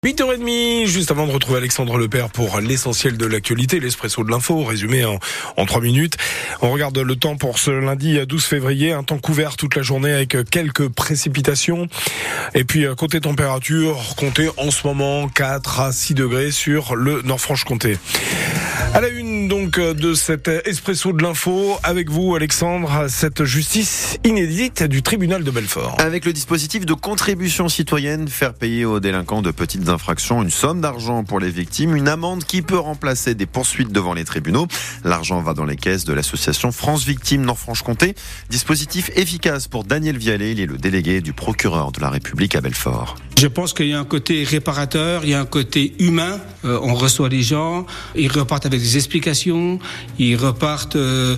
8h30, juste avant de retrouver Alexandre Lepère pour l'essentiel de l'actualité, l'espresso de l'info, résumé en 3 minutes. On regarde le temps pour ce lundi 12 février, un temps couvert toute la journée avec quelques précipitations. Et puis côté température, comptez en ce moment 4 à 6 degrés sur le Nord-Franche-Comté. À la une donc de cet espresso de l'info, avec vous Alexandre, cette justice inédite du tribunal de Belfort. Avec le dispositif de contribution citoyenne, faire payer aux délinquants de petites infractions une somme d'argent pour les victimes, une amende qui peut remplacer des poursuites devant les tribunaux. L'argent va dans les caisses de l'association France Victimes Nord-Franche-Comté. Dispositif efficace pour Daniel Vialet, il est le délégué du procureur de la République à Belfort. Je pense qu'il y a un côté réparateur, il y a un côté humain. On reçoit les gens, ils repartent avec des explications, ils repartent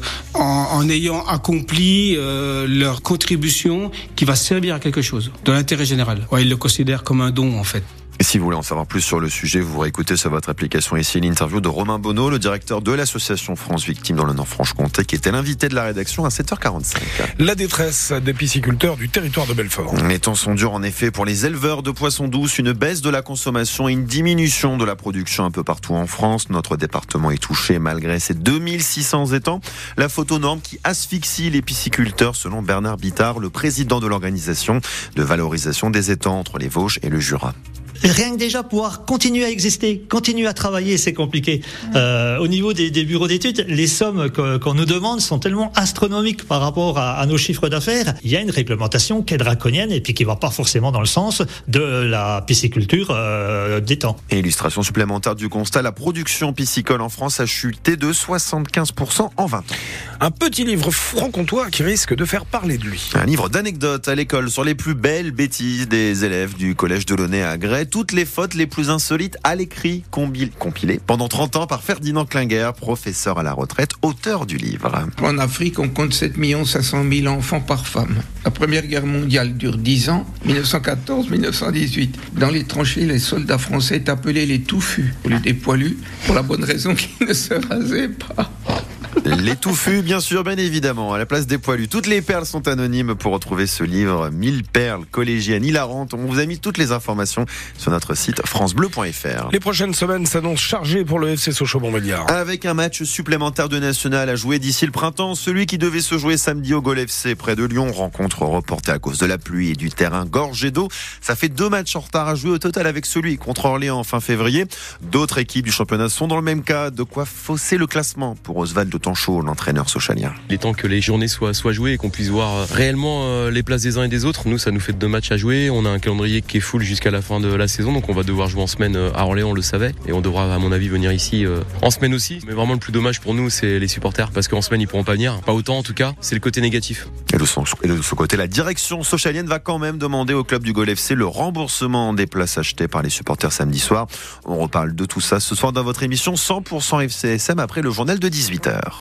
en ayant accompli leur contribution qui va servir à quelque chose, dans l'intérêt général. Ouais, ils le considèrent comme un don en fait. Et si vous voulez en savoir plus sur le sujet, vous réécoutez sur votre application ici l'interview de Romain Bonneau, le directeur de l'association France Victimes dans le Nord-Franche-Comté, qui était l'invité de la rédaction à 7h45. La détresse des pisciculteurs du territoire de Belfort. Les temps sont durs en effet pour les éleveurs de poissons douces, une baisse de la consommation et une diminution de la production un peu partout en France. Notre département est touché malgré ses 2600 étangs. La photonorme qui asphyxie les pisciculteurs selon Bernard Bittard, le président de l'organisation de valorisation des étangs entre les Vosges et le Jura. Rien que déjà pouvoir continuer à exister, continuer à travailler, c'est compliqué. Au niveau des bureaux d'études, les sommes qu'on nous demande sont tellement astronomiques par rapport à nos chiffres d'affaires. Il y a une réglementation qui est draconienne et puis qui va pas forcément dans le sens de la pisciculture d'étang. Et illustration supplémentaire du constat, la production piscicole en France a chuté de 75% en 20 ans. Un petit livre franc-comtois qui risque de faire parler de lui. Un livre d'anecdotes à l'école sur les plus belles bêtises des élèves du collège de Launay à Grès. Toutes les fautes les plus insolites à l'écrit, compilées pendant 30 ans par Ferdinand Klinger, professeur à la retraite, auteur du livre. En Afrique, on compte 7 500 000 enfants par femme. La Première Guerre mondiale dure 10 ans, 1914-1918. Dans les tranchées, les soldats français étaient appelés les touffus, au lieu des poilus, pour la bonne raison qu'ils ne se rasaient pas. Les touffus, bien évidemment, à la place des poilus. Toutes les perles sont anonymes pour retrouver ce livre, 1000 perles collégiennes hilarantes. On vous a mis toutes les informations sur notre site francebleu.fr. Les prochaines semaines s'annoncent chargées pour le FC Sochaux-Montbéliard. Avec un match supplémentaire de national à jouer d'ici le printemps, celui qui devait se jouer samedi au Gol FC près de Lyon, rencontre reportée à cause de la pluie et du terrain gorgé d'eau. Ça fait 2 matchs en retard à jouer au total avec celui contre Orléans fin février. D'autres équipes du championnat sont dans le même cas, de quoi fausser le classement pour Oswald de Tanchot, l'entraîneur sochalien. Il est temps que les journées soient jouées et qu'on puisse voir réellement les places des uns et des autres. Nous, ça nous fait 2 matchs à jouer. On a un calendrier qui est full jusqu'à la fin de la saison, donc on va devoir jouer en semaine à Orléans, on le savait. Et on devra, à mon avis, venir ici en semaine aussi. Mais vraiment, le plus dommage pour nous, c'est les supporters, parce qu'en semaine, ils pourront pas venir. Pas autant, en tout cas. C'est le côté négatif. Et de son côté, la direction sochalienne va quand même demander au club du Gol FC le remboursement des places achetées par les supporters samedi soir. On reparle de tout ça ce soir dans votre émission 100% FCSM après le journal de 18h.